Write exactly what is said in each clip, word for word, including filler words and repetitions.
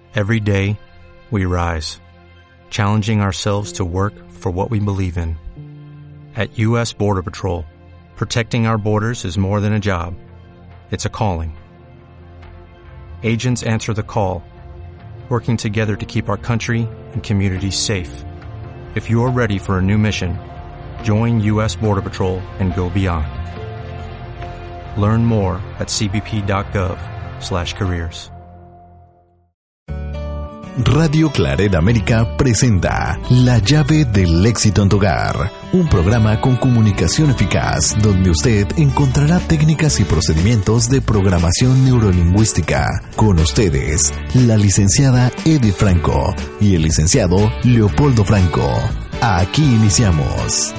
Every day, we rise, challenging ourselves to work for what we believe in. At U S Border Patrol, protecting our borders is more than a job. It's a calling. Agents answer the call, working together to keep our country and communities safe. If you are ready for a new mission, join U S Border Patrol and go beyond. Learn more at c b p dot gov slash careers. Radio Claret América presenta La llave del éxito en tu hogar, un programa con comunicación eficaz donde usted encontrará técnicas y procedimientos de programación neurolingüística. Con ustedes, la licenciada Edith Franco y el licenciado Leopoldo Franco. Aquí iniciamos.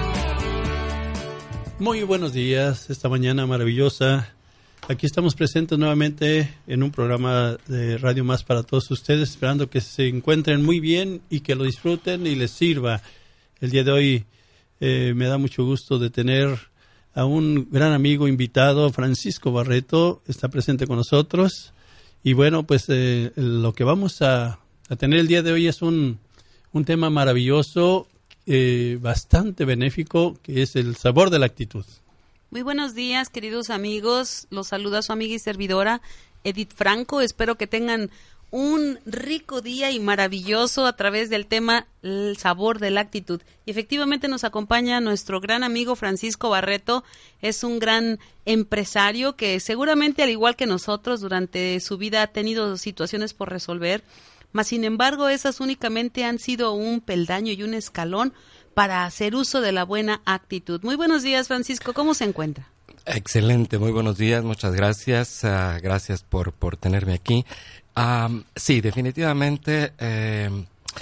Muy buenos días, esta mañana maravillosa. Aquí estamos presentes nuevamente en un programa de Radio Más para todos ustedes, esperando que se encuentren muy bien y que lo disfruten y les sirva. El día de hoy eh, me da mucho gusto de tener a un gran amigo invitado, Francisco Barreto, está presente con nosotros. Y bueno, pues eh, lo que vamos a, a tener el día de hoy es un, un tema maravilloso, eh, bastante benéfico, que es el sabor de la actitud. Muy buenos días, queridos amigos. Los saluda su amiga y servidora Edith Franco. Espero que tengan un rico día y maravilloso a través del tema el sabor de la actitud. Y efectivamente nos acompaña nuestro gran amigo Francisco Barreto. Es un gran empresario que seguramente, al igual que nosotros, durante su vida ha tenido situaciones por resolver. Mas, sin embargo, esas únicamente han sido un peldaño y un escalón para hacer uso de la buena actitud. Muy buenos días, Francisco. ¿Cómo se encuentra? Excelente, muy buenos días. Muchas gracias. Uh, gracias por, por tenerme aquí. Um, sí, definitivamente eh,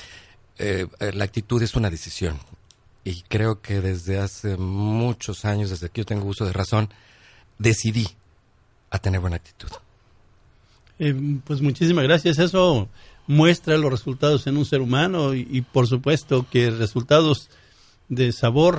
eh, la actitud es una decisión. Y creo que desde hace muchos años, desde que yo tengo uso de razón, decidí a tener buena actitud. Eh, pues muchísimas gracias. Eso muestra los resultados en un ser humano y, y por supuesto que resultados de sabor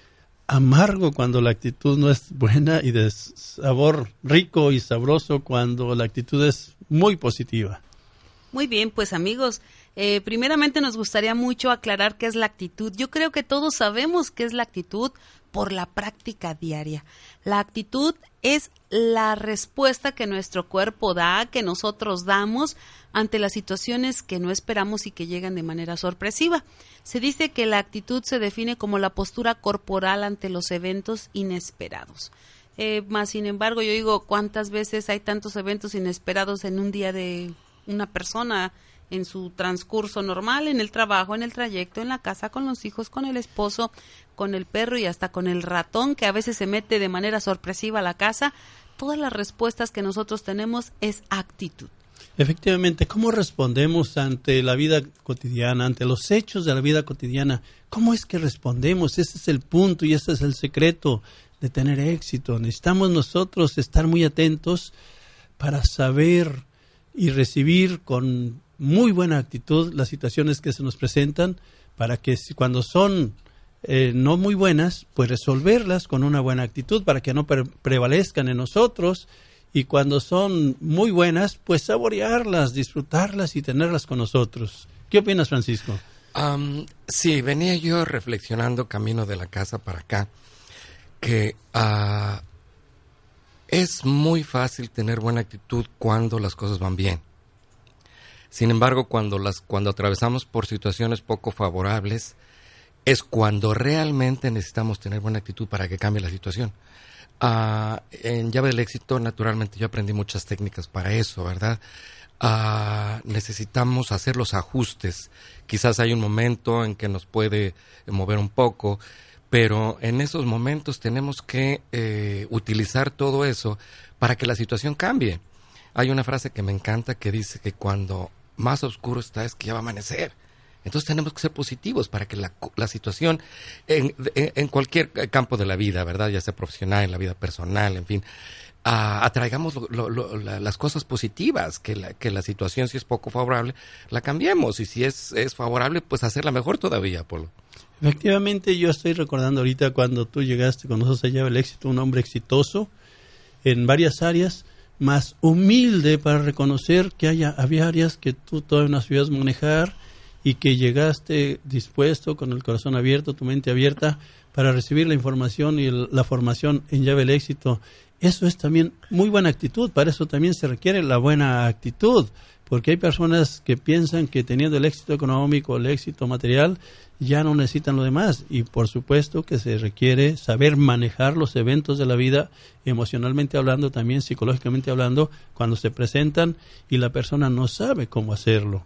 amargo cuando la actitud no es buena y de sabor rico y sabroso cuando la actitud es muy positiva. Muy bien, pues amigos, eh, primeramente nos gustaría mucho aclarar qué es la actitud. Yo creo que todos sabemos qué es la actitud por la práctica diaria. La actitud es la respuesta que nuestro cuerpo da, que nosotros damos ante las situaciones que no esperamos y que llegan de manera sorpresiva. Se dice que la actitud se define como la postura corporal ante los eventos inesperados. Eh, más sin embargo, yo digo, ¿cuántas veces hay tantos eventos inesperados en un día de una persona en su transcurso normal, en el trabajo, en el trayecto, en la casa, con los hijos, con el esposo, con el perro y hasta con el ratón que a veces se mete de manera sorpresiva a la casa? Todas las respuestas que nosotros tenemos es actitud. Efectivamente, ¿cómo respondemos ante la vida cotidiana, ante los hechos de la vida cotidiana? ¿Cómo es que respondemos? Ese es el punto y ese es el secreto de tener éxito. Necesitamos nosotros estar muy atentos para saber y recibir con muy buena actitud las situaciones que se nos presentan, para que si, cuando son eh, no muy buenas, pues resolverlas con una buena actitud para que no pre- prevalezcan en nosotros. Y cuando son muy buenas, pues saborearlas, disfrutarlas y tenerlas con nosotros. ¿Qué opinas, Francisco? Um, sí, venía yo reflexionando camino de la casa para acá, que uh, es muy fácil tener buena actitud cuando las cosas van bien. Sin embargo, cuando, las, cuando atravesamos por situaciones poco favorables, es cuando realmente necesitamos tener buena actitud para que cambie la situación. Uh, en Llave del Éxito, naturalmente, yo aprendí muchas técnicas para eso, ¿verdad? Uh, necesitamos hacer los ajustes. Quizás hay un momento en que nos puede mover un poco, pero en esos momentos tenemos que eh, utilizar todo eso para que la situación cambie. Hay una frase que me encanta que dice que cuando más oscuro está es que ya va a amanecer. Entonces tenemos que ser positivos para que la, la situación en, en, en cualquier campo de la vida, ¿verdad? Ya sea profesional, en la vida personal, en fin, uh, atraigamos lo, lo, lo, la, las cosas positivas, que la, que la situación, si es poco favorable, la cambiemos, y si es, es favorable, pues hacerla mejor todavía, Polo. Efectivamente, yo estoy recordando ahorita cuando tú llegaste con nosotros a Llave del Éxito, un hombre exitoso en varias áreas, más humilde para reconocer que haya, había áreas que tú todavía no sabías manejar y que llegaste dispuesto, con el corazón abierto, tu mente abierta, para recibir la información y el, la formación en llave del éxito. Eso es también muy buena actitud, para eso también se requiere la buena actitud, porque hay personas que piensan que teniendo el éxito económico, el éxito material, ya no necesitan lo demás, y por supuesto que se requiere saber manejar los eventos de la vida, emocionalmente hablando, también psicológicamente hablando, cuando se presentan y la persona no sabe cómo hacerlo.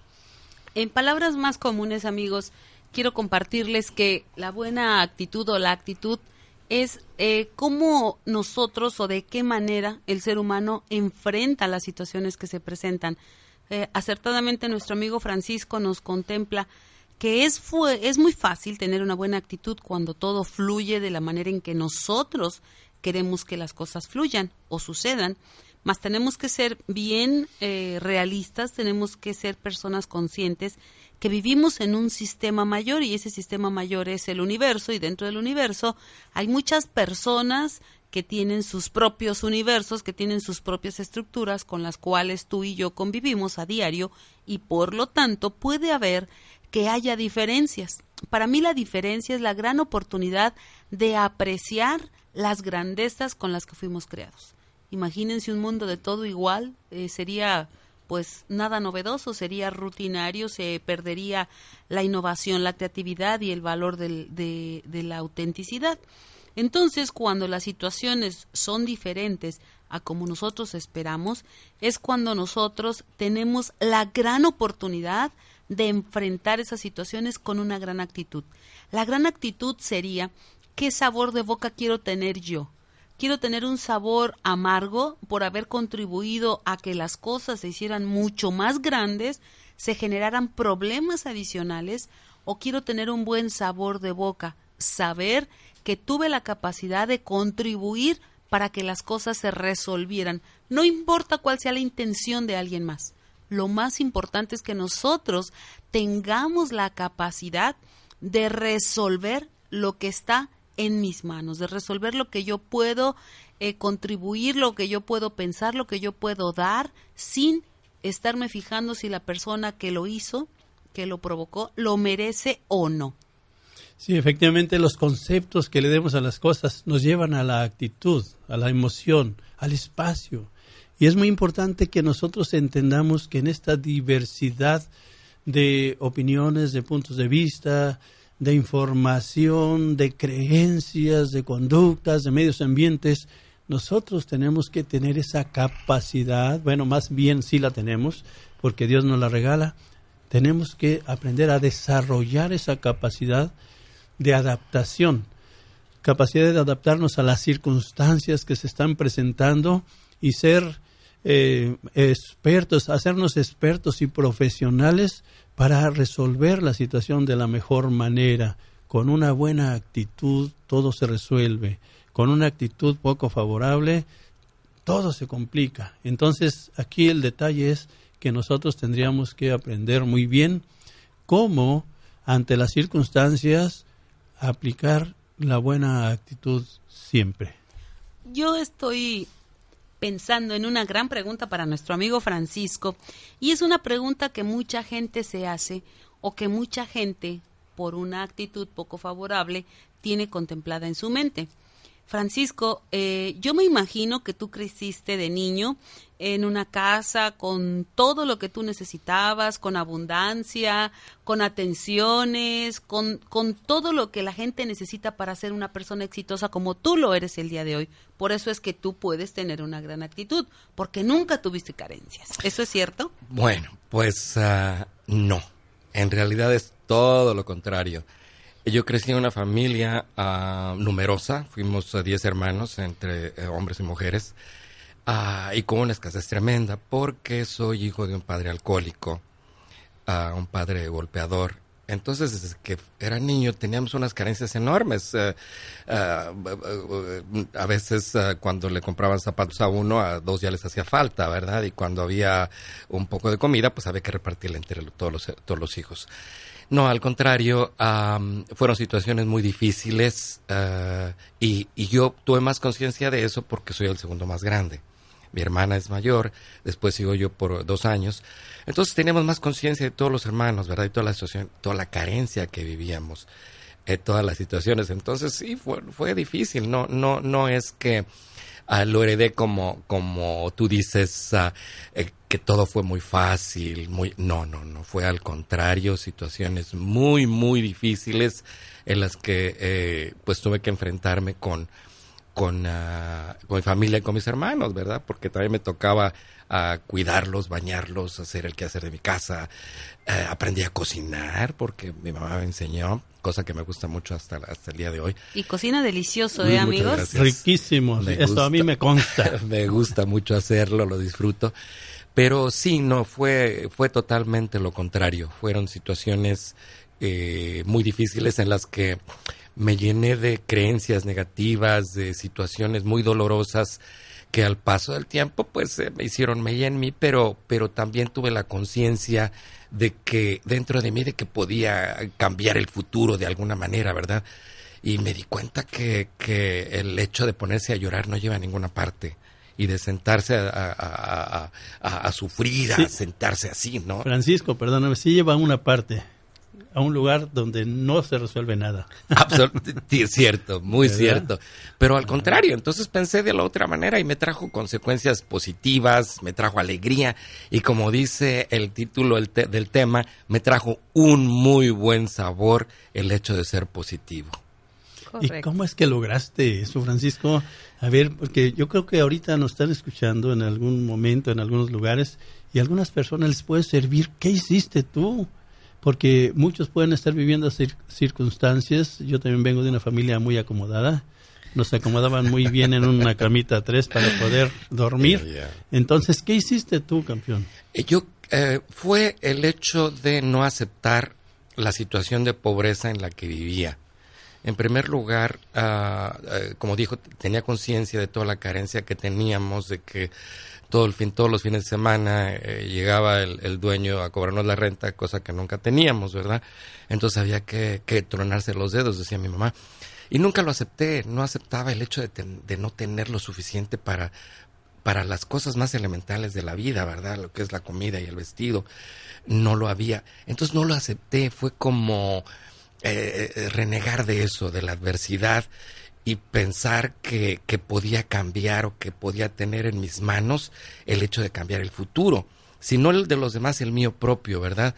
En palabras más comunes, amigos, quiero compartirles que la buena actitud o la actitud es eh, cómo nosotros o de qué manera el ser humano enfrenta las situaciones que se presentan. Eh, acertadamente nuestro amigo Francisco nos contempla que es, fue, es muy fácil tener una buena actitud cuando todo fluye de la manera en que nosotros queremos que las cosas fluyan o sucedan, mas tenemos que ser bien eh, realistas, tenemos que ser personas conscientes que vivimos en un sistema mayor y ese sistema mayor es el universo, y dentro del universo hay muchas personas que tienen sus propios universos, que tienen sus propias estructuras con las cuales tú y yo convivimos a diario, y por lo tanto puede haber que haya diferencias. Para mí la diferencia es la gran oportunidad de apreciar las grandezas con las que fuimos creados. Imagínense un mundo de todo igual, eh, sería pues nada novedoso, sería rutinario, se perdería la innovación, la creatividad y el valor del, de, de la autenticidad. Entonces, cuando las situaciones son diferentes a como nosotros esperamos, es cuando nosotros tenemos la gran oportunidad de enfrentar esas situaciones con una gran actitud. La gran actitud sería, ¿qué sabor de boca quiero tener yo? Quiero tener un sabor amargo por haber contribuido a que las cosas se hicieran mucho más grandes, se generaran problemas adicionales, o quiero tener un buen sabor de boca, saber que tuve la capacidad de contribuir para que las cosas se resolvieran. No importa cuál sea la intención de alguien más. Lo más importante es que nosotros tengamos la capacidad de resolver lo que está en mis manos, de resolver lo que yo puedo eh, contribuir, lo que yo puedo pensar, lo que yo puedo dar, sin estarme fijando si la persona que lo hizo, que lo provocó, lo merece o no. Sí, efectivamente los conceptos que le demos a las cosas nos llevan a la actitud, a la emoción, al espacio. Y es muy importante que nosotros entendamos que en esta diversidad de opiniones, de puntos de vista, de información, de creencias, de conductas, de medios ambientes, nosotros tenemos que tener esa capacidad, bueno, más bien sí la tenemos, porque Dios nos la regala, tenemos que aprender a desarrollar esa capacidad de adaptación, capacidad de adaptarnos a las circunstancias que se están presentando y ser eh, expertos, hacernos expertos y profesionales para resolver la situación de la mejor manera. Con una buena actitud todo se resuelve, con una actitud poco favorable todo se complica. Entonces aquí el detalle es que nosotros tendríamos que aprender muy bien cómo ante las circunstancias aplicar la buena actitud siempre. Yo estoy pensando en una gran pregunta para nuestro amigo Francisco, y es una pregunta que mucha gente se hace o que mucha gente, por una actitud poco favorable, tiene contemplada en su mente. Francisco, eh, yo me imagino que tú creciste de niño en una casa con todo lo que tú necesitabas, con abundancia, con atenciones, con, con todo lo que la gente necesita para ser una persona exitosa como tú lo eres el día de hoy. Por eso es que tú puedes tener una gran actitud, porque nunca tuviste carencias. ¿Eso es cierto? Bueno, pues uh, no. En realidad es todo lo contrario. Yo crecí en una familia uh, numerosa, fuimos uh, diez hermanos entre uh, hombres y mujeres, uh, y con una escasez tremenda, porque soy hijo de un padre alcohólico, uh, un padre golpeador. Entonces, desde que era niño teníamos unas carencias enormes. Uh, uh, uh, uh, a veces uh, cuando le compraban zapatos a uno, a dos ya les hacía falta, ¿verdad? Y cuando había un poco de comida, pues había que repartirla entre todos los, todos los hijos. No, al contrario, um, fueron situaciones muy difíciles uh, y, y yo tuve más conciencia de eso porque soy el segundo más grande. mi hermana es mayor, después sigo yo por dos años. Entonces teníamos más conciencia de todos los hermanos, ¿verdad? Y toda la situación, toda la carencia que vivíamos, eh, todas las situaciones. Entonces sí, fue, fue difícil. No, no, no es que uh, lo heredé como, como tú dices, uh, eh, que todo fue muy fácil, muy, no, no, no, fue al contrario, situaciones muy, muy difíciles en las que, eh, pues tuve que enfrentarme con, con, uh, con mi familia y con mis hermanos, ¿verdad? Porque también me tocaba uh, cuidarlos, bañarlos, hacer el quehacer de mi casa. Uh, aprendí a cocinar porque mi mamá me enseñó, cosa que me gusta mucho hasta, hasta el día de hoy. Y cocina delicioso, ¿eh, amigos? Gracias. Riquísimo, Me esto gusta, a mí me consta. Me gusta mucho hacerlo, lo disfruto. Pero sí, no, fue, fue totalmente lo contrario. Fueron situaciones eh, muy difíciles en las que me llené de creencias negativas, de situaciones muy dolorosas que al paso del tiempo pues eh, me hicieron mella en mí, pero, pero también tuve la conciencia de que dentro de mí de que podía cambiar el futuro de alguna manera, ¿verdad? Y me di cuenta que, que el hecho de ponerse a llorar no lleva a ninguna parte. Y de sentarse a, a, a, a, a sufrir, sí. A sentarse así, ¿no? Francisco, perdóname, sí lleva a una parte, a un lugar donde no se resuelve nada. Absolutamente, cierto, muy ¿verdad? Cierto. Pero al contrario, entonces pensé de la otra manera y me trajo consecuencias positivas, me trajo alegría y como dice el título el te- del tema, me trajo un muy buen sabor el hecho de ser positivo. Correcto. ¿Y cómo es que lograste eso, Francisco? A ver, porque yo creo que ahorita nos están escuchando en algún momento, en algunos lugares, y a algunas personas les puede servir. ¿Qué hiciste tú? Porque muchos pueden estar viviendo cir- circunstancias. Yo también vengo de una familia muy acomodada. Nos acomodaban muy bien en una camita tres para poder dormir. Yeah, yeah. Entonces, ¿qué hiciste tú, campeón? Yo, eh, fue el hecho de no aceptar la situación de pobreza en la que vivía. En primer lugar, uh, uh, como dijo, tenía conciencia de toda la carencia que teníamos, de que todo el fin, todos los fines de semana eh, llegaba el, el dueño a cobrarnos la renta, cosa que nunca teníamos, ¿verdad? Entonces había que, que tronarse los dedos, decía mi mamá. Y nunca lo acepté, no aceptaba el hecho de, ten, de no tener lo suficiente para, para las cosas más elementales de la vida, ¿verdad? Lo que es la comida y el vestido, no lo había. Entonces no lo acepté, fue como... Eh, renegar de eso, de la adversidad y pensar que, que podía cambiar o que podía tener en mis manos el hecho de cambiar el futuro, si no el de los demás, el mío propio, ¿verdad?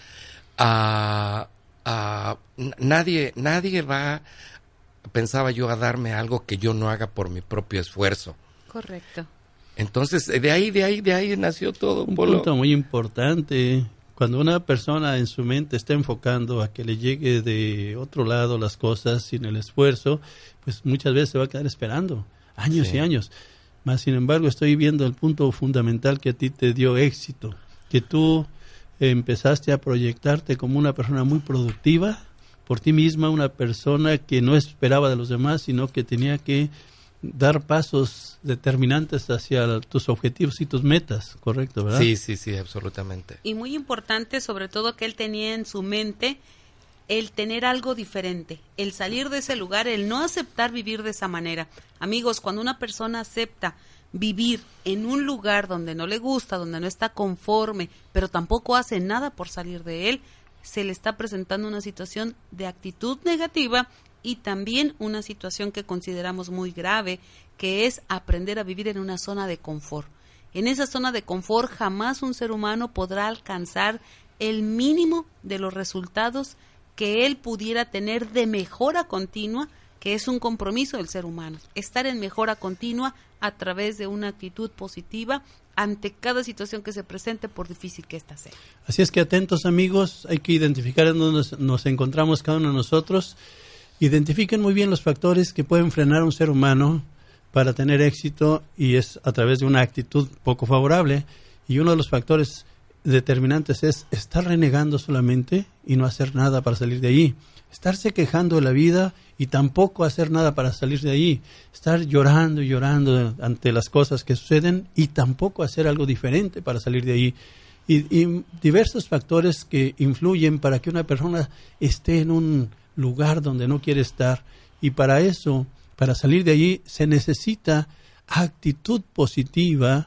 Uh, uh, nadie, nadie va, pensaba yo, a darme algo que yo no haga por mi propio esfuerzo. Correcto. Entonces, de ahí, de ahí, de ahí nació todo. Un Polo. punto muy importante. Cuando una persona en su mente está enfocando a que le llegue de otro lado las cosas sin el esfuerzo, pues muchas veces se va a quedar esperando años sí. y años. Más sin embargo, estoy viendo el punto fundamental que a ti te dio éxito, que tú empezaste a proyectarte como una persona muy productiva por ti misma, una persona que no esperaba de los demás, sino que tenía que dar pasos determinantes hacia tus objetivos y tus metas, ¿correcto, verdad? Sí, sí, sí, absolutamente. Y muy importante, sobre todo, que él tenía en su mente el tener algo diferente, el salir de ese lugar, el no aceptar vivir de esa manera. Amigos, cuando una persona acepta vivir en un lugar donde no le gusta, donde no está conforme, pero tampoco hace nada por salir de él, se le está presentando una situación de actitud negativa y también una situación que consideramos muy grave, que es aprender a vivir en una zona de confort. En esa zona de confort jamás un ser humano podrá alcanzar el mínimo de los resultados que él pudiera tener de mejora continua, que es un compromiso del ser humano. Estar en mejora continua a través de una actitud positiva ante cada situación que se presente, por difícil que ésta sea. Así es que atentos, amigos, hay que identificar en dónde nos, nos encontramos cada uno de nosotros. Identifiquen muy bien los factores que pueden frenar a un ser humano para tener éxito, y es a través de una actitud poco favorable. Y uno de los factores determinantes es estar renegando solamente y no hacer nada para salir de ahí. Estarse quejando de la vida y tampoco hacer nada para salir de ahí. Estar llorando y llorando ante las cosas que suceden y tampoco hacer algo diferente para salir de ahí. Y, y diversos factores que influyen para que una persona esté en un lugar donde no quiere estar, y para eso, para salir de allí, se necesita actitud positiva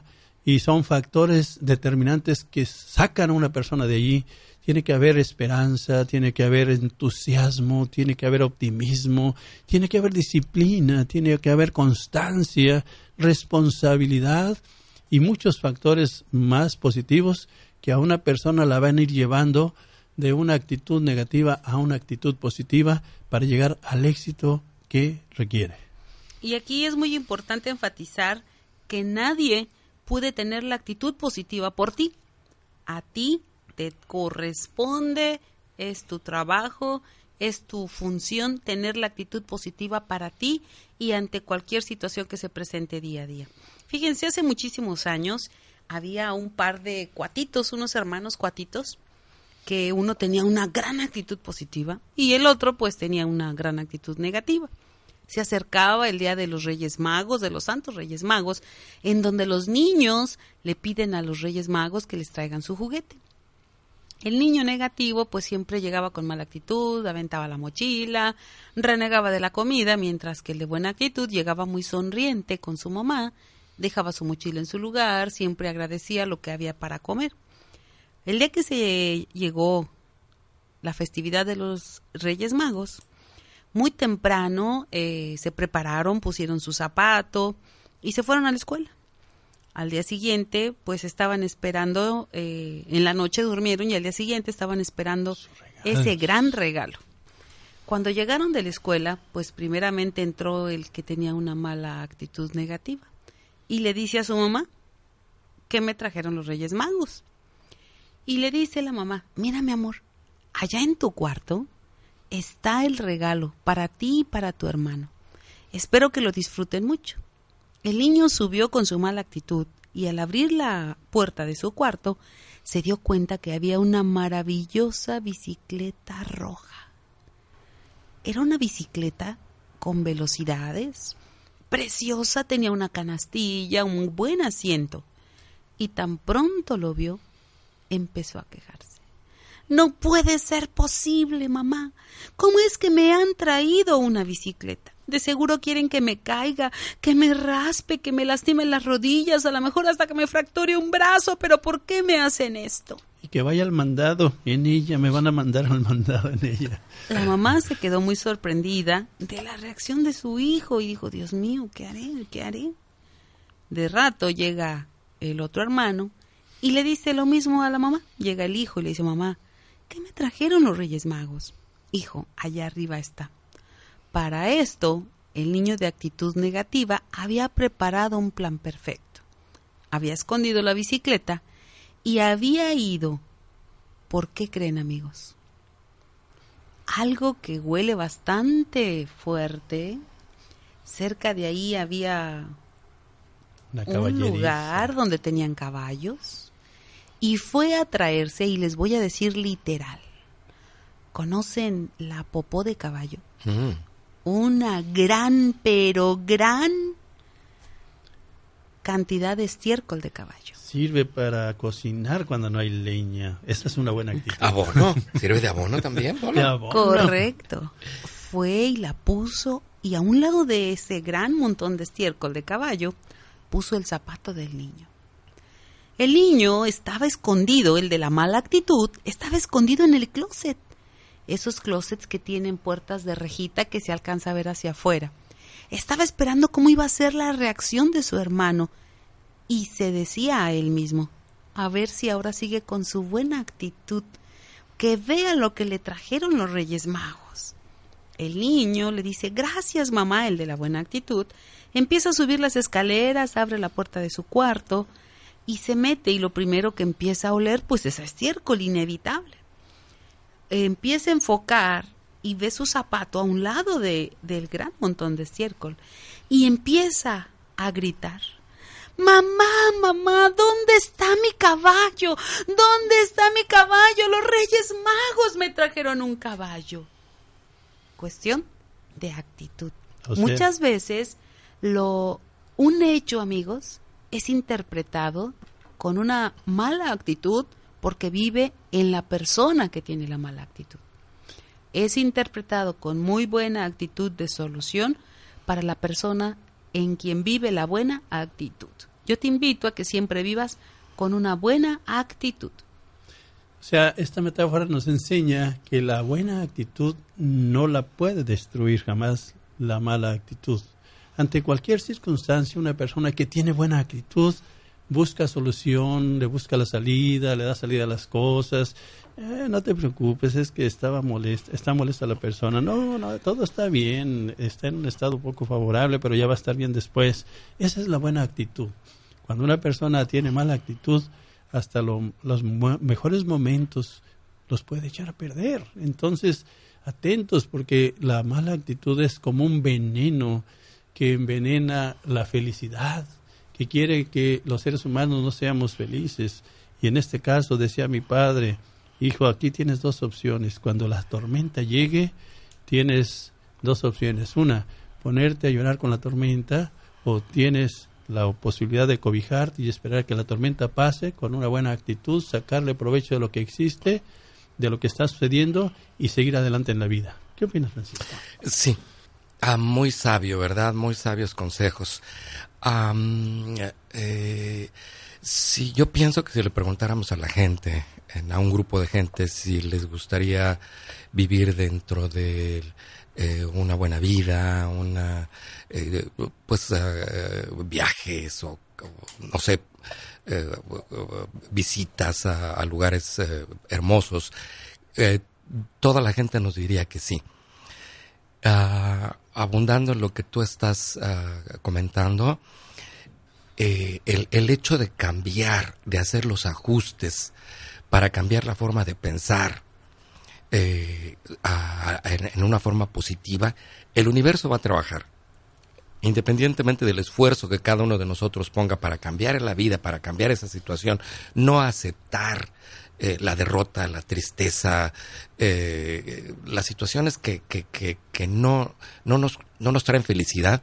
y son factores determinantes que sacan a una persona de allí. Tiene que haber esperanza, tiene que haber entusiasmo, tiene que haber optimismo, tiene que haber disciplina, tiene que haber constancia, responsabilidad y muchos factores más positivos que a una persona la van a ir llevando de una actitud negativa a una actitud positiva para llegar al éxito que requiere. Y aquí es muy importante enfatizar que nadie puede tener la actitud positiva por ti. A ti te corresponde, es tu trabajo, es tu función tener la actitud positiva para ti y ante cualquier situación que se presente día a día. Fíjense, hace muchísimos años había un par de cuatitos, unos hermanos cuatitos, que uno tenía una gran actitud positiva y el otro pues tenía una gran actitud negativa. Se acercaba el día de los Reyes Magos, de los Santos Reyes Magos, en donde los niños le piden a los Reyes Magos que les traigan su juguete. El niño negativo pues siempre llegaba con mala actitud, aventaba la mochila, renegaba de la comida, mientras que el de buena actitud llegaba muy sonriente con su mamá, dejaba su mochila en su lugar, siempre agradecía lo que había para comer. El día que se llegó la festividad de los Reyes Magos, muy temprano eh, se prepararon, pusieron su zapato y se fueron a la escuela. Al día siguiente, pues estaban esperando, eh, en la noche durmieron y al día siguiente estaban esperando ese gran regalo. Cuando llegaron de la escuela, pues primeramente entró el que tenía una mala actitud negativa y le dice a su mamá, ¿qué me trajeron los Reyes Magos? Y le dice la mamá, mira mi amor, allá en tu cuarto está el regalo para ti y para tu hermano. Espero que lo disfruten mucho. El niño subió con su mala actitud y al abrir la puerta de su cuarto se dio cuenta que había una maravillosa bicicleta roja. Era una bicicleta con velocidades, preciosa, tenía una canastilla, un buen asiento. Y tan pronto lo vio, empezó a quejarse. No puede ser posible, mamá. ¿Cómo es que me han traído una bicicleta? De seguro quieren que me caiga, que me raspe, que me lastime las rodillas, a lo mejor hasta que me fracture un brazo, pero ¿por qué me hacen esto? Y que vaya al mandado en ella, me van a mandar al mandado en ella. La mamá se quedó muy sorprendida de la reacción de su hijo y dijo, Dios mío, ¿qué haré? ¿Qué haré? De rato llega el otro hermano y le dice lo mismo a la mamá. Llega el hijo y le dice, mamá, ¿qué me trajeron los Reyes Magos? Hijo, allá arriba está. Para esto, el niño de actitud negativa había preparado un plan perfecto. Había escondido la bicicleta y había ido, ¿por qué creen, amigos? Algo que huele bastante fuerte. Cerca de ahí había un lugar donde tenían caballos y fue a traerse, y les voy a decir literal, ¿conocen la popó de caballo? Mm. Una gran, pero gran cantidad de estiércol de caballo. Sirve para cocinar cuando no hay leña. Esa es una buena actitud. ¿Abono? ¿Sirve de abono también, Pablo? De abono. Correcto. Fue y la puso, y a un lado de ese gran montón de estiércol de caballo, puso el zapato del niño. El niño estaba escondido, el de la mala actitud, estaba escondido en el closet. Esos closets que tienen puertas de rejita que se alcanza a ver hacia afuera. Estaba esperando cómo iba a ser la reacción de su hermano y se decía a él mismo, a ver si ahora sigue con su buena actitud, que vea lo que le trajeron los Reyes Magos. El niño le dice, gracias mamá, el de la buena actitud, empieza a subir las escaleras, abre la puerta de su cuarto y se mete, y lo primero que empieza a oler pues es a estiércol inevitable. Empieza a enfocar y ve su zapato a un lado de, del gran montón de estiércol y empieza a gritar, mamá, mamá, ¿dónde está mi caballo? ¿Dónde está mi caballo? Los Reyes Magos me trajeron un caballo. Cuestión de actitud. O sea, muchas veces lo, un hecho, amigos, es interpretado con una mala actitud porque vive en la persona que tiene la mala actitud. Es interpretado con muy buena actitud de solución para la persona en quien vive la buena actitud. Yo te invito a que siempre vivas con una buena actitud. O sea, esta metáfora nos enseña que la buena actitud no la puede destruir jamás la mala actitud. Ante cualquier circunstancia, una persona que tiene buena actitud busca solución, le busca la salida, le da salida a las cosas. Eh, no te preocupes, es que estaba molesta, está molesta la persona. No, no, todo está bien, está en un estado poco favorable, pero ya va a estar bien después. Esa es la buena actitud. Cuando una persona tiene mala actitud, hasta lo, los mo- mejores momentos los puede echar a perder. Entonces, atentos, porque la mala actitud es como un veneno que envenena la felicidad, que quiere que los seres humanos no seamos felices. Y en este caso, decía mi padre, hijo, aquí tienes dos opciones. Cuando la tormenta llegue, tienes dos opciones. Una, ponerte a llorar con la tormenta, o tienes la posibilidad de cobijarte y esperar que la tormenta pase con una buena actitud, sacarle provecho de lo que existe, de lo que está sucediendo y seguir adelante en la vida. ¿Qué opinas, Francisco? Sí, ah, muy sabio, ¿verdad? Muy sabios consejos. Um, eh, sí, yo pienso que si le preguntáramos a la gente, a un grupo de gente, si les gustaría vivir dentro de eh, una buena vida, una eh, pues eh, viajes o, o no sé, eh, visitas a, a lugares eh, hermosos, eh, toda la gente nos diría que sí. Uh, abundando en lo que tú estás uh, comentando, eh, el, el hecho de cambiar, de hacer los ajustes para cambiar la forma de pensar eh, a, a, en, en una forma positiva, el universo va a trabajar. Independientemente del esfuerzo que cada uno de nosotros ponga para cambiar la vida, para cambiar esa situación, no aceptar Eh, la derrota, la tristeza, eh, las situaciones que, que, que, que no, no, nos, no nos traen felicidad,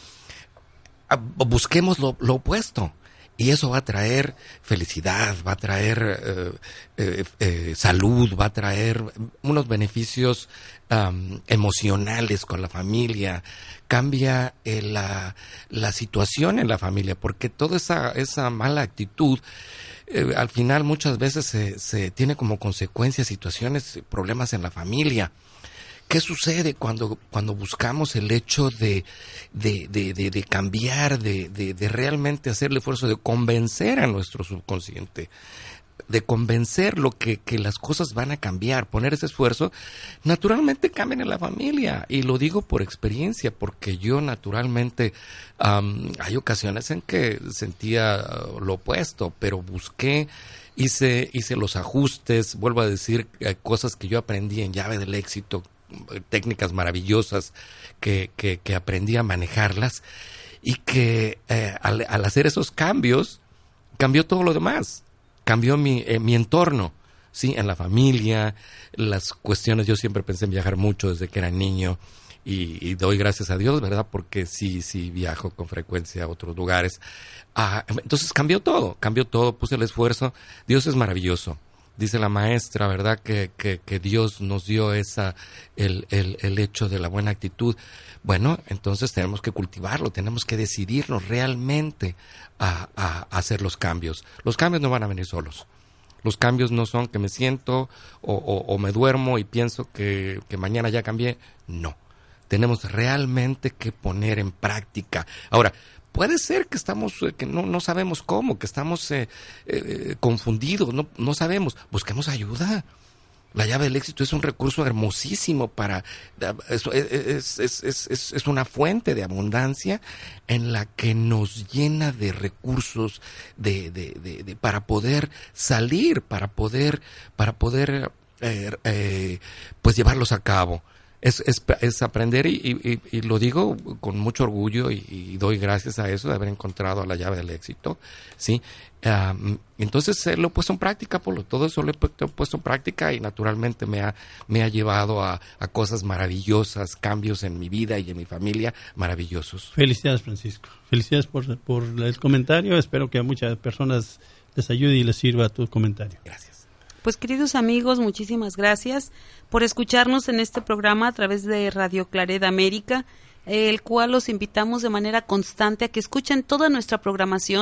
busquemos lo, lo opuesto. Y eso va a traer felicidad, va a traer eh, eh, eh, salud, va a traer unos beneficios um, emocionales con la familia. Cambia eh, la, la situación en la familia, porque toda esa, esa mala actitud Eh, al final muchas veces se, se tiene como consecuencia situaciones, problemas en la familia. ¿Qué sucede cuando, cuando buscamos el hecho de, de, de, de, de cambiar, de, de, de realmente hacer el esfuerzo de convencer a nuestro subconsciente, de convencerlo que, que las cosas van a cambiar, poner ese esfuerzo, naturalmente cambian en la familia? Y lo digo por experiencia, porque yo naturalmente um, hay ocasiones en que sentía uh, lo opuesto, pero busqué, hice, hice los ajustes, vuelvo a decir, eh, cosas que yo aprendí en Llave del Éxito, técnicas maravillosas que, que, que aprendí a manejarlas, y que eh, al, al hacer esos cambios, cambió todo lo demás. Cambió mi, eh, mi entorno, ¿sí? En la familia, las cuestiones. Yo siempre pensé en viajar mucho desde que era niño y, y doy gracias a Dios, ¿verdad? Porque sí, sí viajo con frecuencia a otros lugares. Ah, entonces cambió todo, cambió todo, puse el esfuerzo. Dios es maravilloso. Dice la maestra, ¿verdad? Que, que, que Dios nos dio esa, el, el, el hecho de la buena actitud. Bueno, entonces tenemos que cultivarlo, tenemos que decidirnos realmente a, a, a hacer los cambios. Los cambios no van a venir solos. Los cambios no son que me siento o, o, o me duermo y pienso que, que mañana ya cambié. No. Tenemos realmente que poner en práctica. Ahora, puede ser que estamos, que no, no sabemos cómo, que estamos eh, eh, confundidos, no, no sabemos. Busquemos ayuda. La llave del éxito es un recurso hermosísimo para, es, es, es, es, es, es una fuente de abundancia en la que nos llena de recursos de, de, de, de para poder salir, para poder, para poder eh, eh, pues llevarlos a cabo. Es, es, es aprender y, y, y lo digo con mucho orgullo y, y doy gracias a eso de haber encontrado la llave del éxito, ¿sí? Um, entonces eh, lo he puesto en práctica, Polo, todo eso lo he puesto en práctica y naturalmente me ha, me ha llevado a, a cosas maravillosas, cambios en mi vida y en mi familia maravillosos. Felicidades, Francisco. Felicidades por, por el comentario. Espero que a muchas personas les ayude y les sirva tu comentario. Gracias. Pues queridos amigos, muchísimas gracias por escucharnos en este programa a través de Radio Claret América, el cual los invitamos de manera constante a que escuchen toda nuestra programación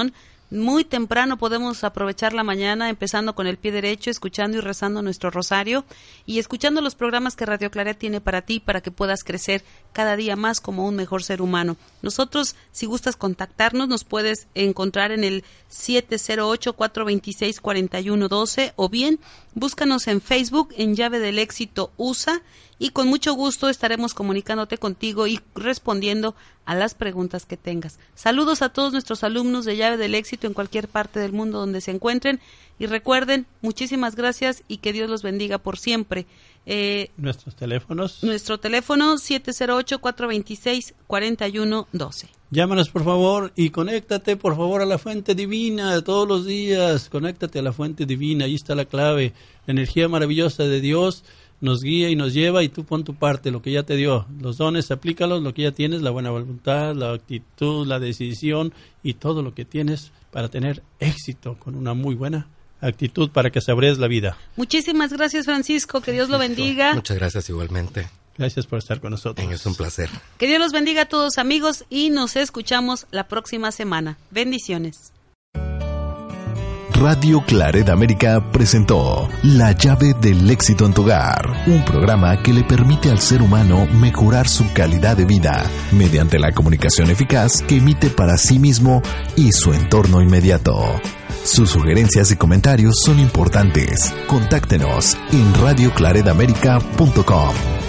Muy temprano podemos aprovechar la mañana empezando con el pie derecho, escuchando y rezando nuestro rosario y escuchando los programas que Radio Claret tiene para ti, para que puedas crecer cada día más como un mejor ser humano. Nosotros, si gustas contactarnos, nos puedes encontrar en el siete cero ocho, cuatro dos seis, cuatro uno uno dos o bien búscanos en Facebook en Llave del Éxito U S A y con mucho gusto estaremos comunicándote contigo y respondiendo a las preguntas que tengas. Saludos a todos nuestros alumnos de Llave del Éxito en cualquier parte del mundo donde se encuentren y recuerden, muchísimas gracias y que Dios los bendiga por siempre. Eh, Nuestros teléfonos. Nuestro teléfono siete cero ocho, cuatro dos seis, cuatro uno uno dos. Llámanos por favor y conéctate por favor a la fuente divina todos los días. Conéctate a la fuente divina, ahí está la clave. La energía maravillosa de Dios nos guía y nos lleva y tú pon tu parte, lo que ya te dio. Los dones, aplícalos, lo que ya tienes, la buena voluntad, la actitud, la decisión y todo lo que tienes para tener éxito con una muy buena actitud para que sabres la vida. Muchísimas gracias, Francisco, que Dios lo bendiga. Muchas gracias igualmente. Gracias por estar con nosotros. Es un placer. Que Dios los bendiga a todos, amigos, y nos escuchamos la próxima semana. Bendiciones. Radio Claret América presentó La Llave del Éxito en tu Hogar, un programa que le permite al ser humano mejorar su calidad de vida mediante la comunicación eficaz que emite para sí mismo y su entorno inmediato. Sus sugerencias y comentarios son importantes. Contáctenos en radio claret américa punto com.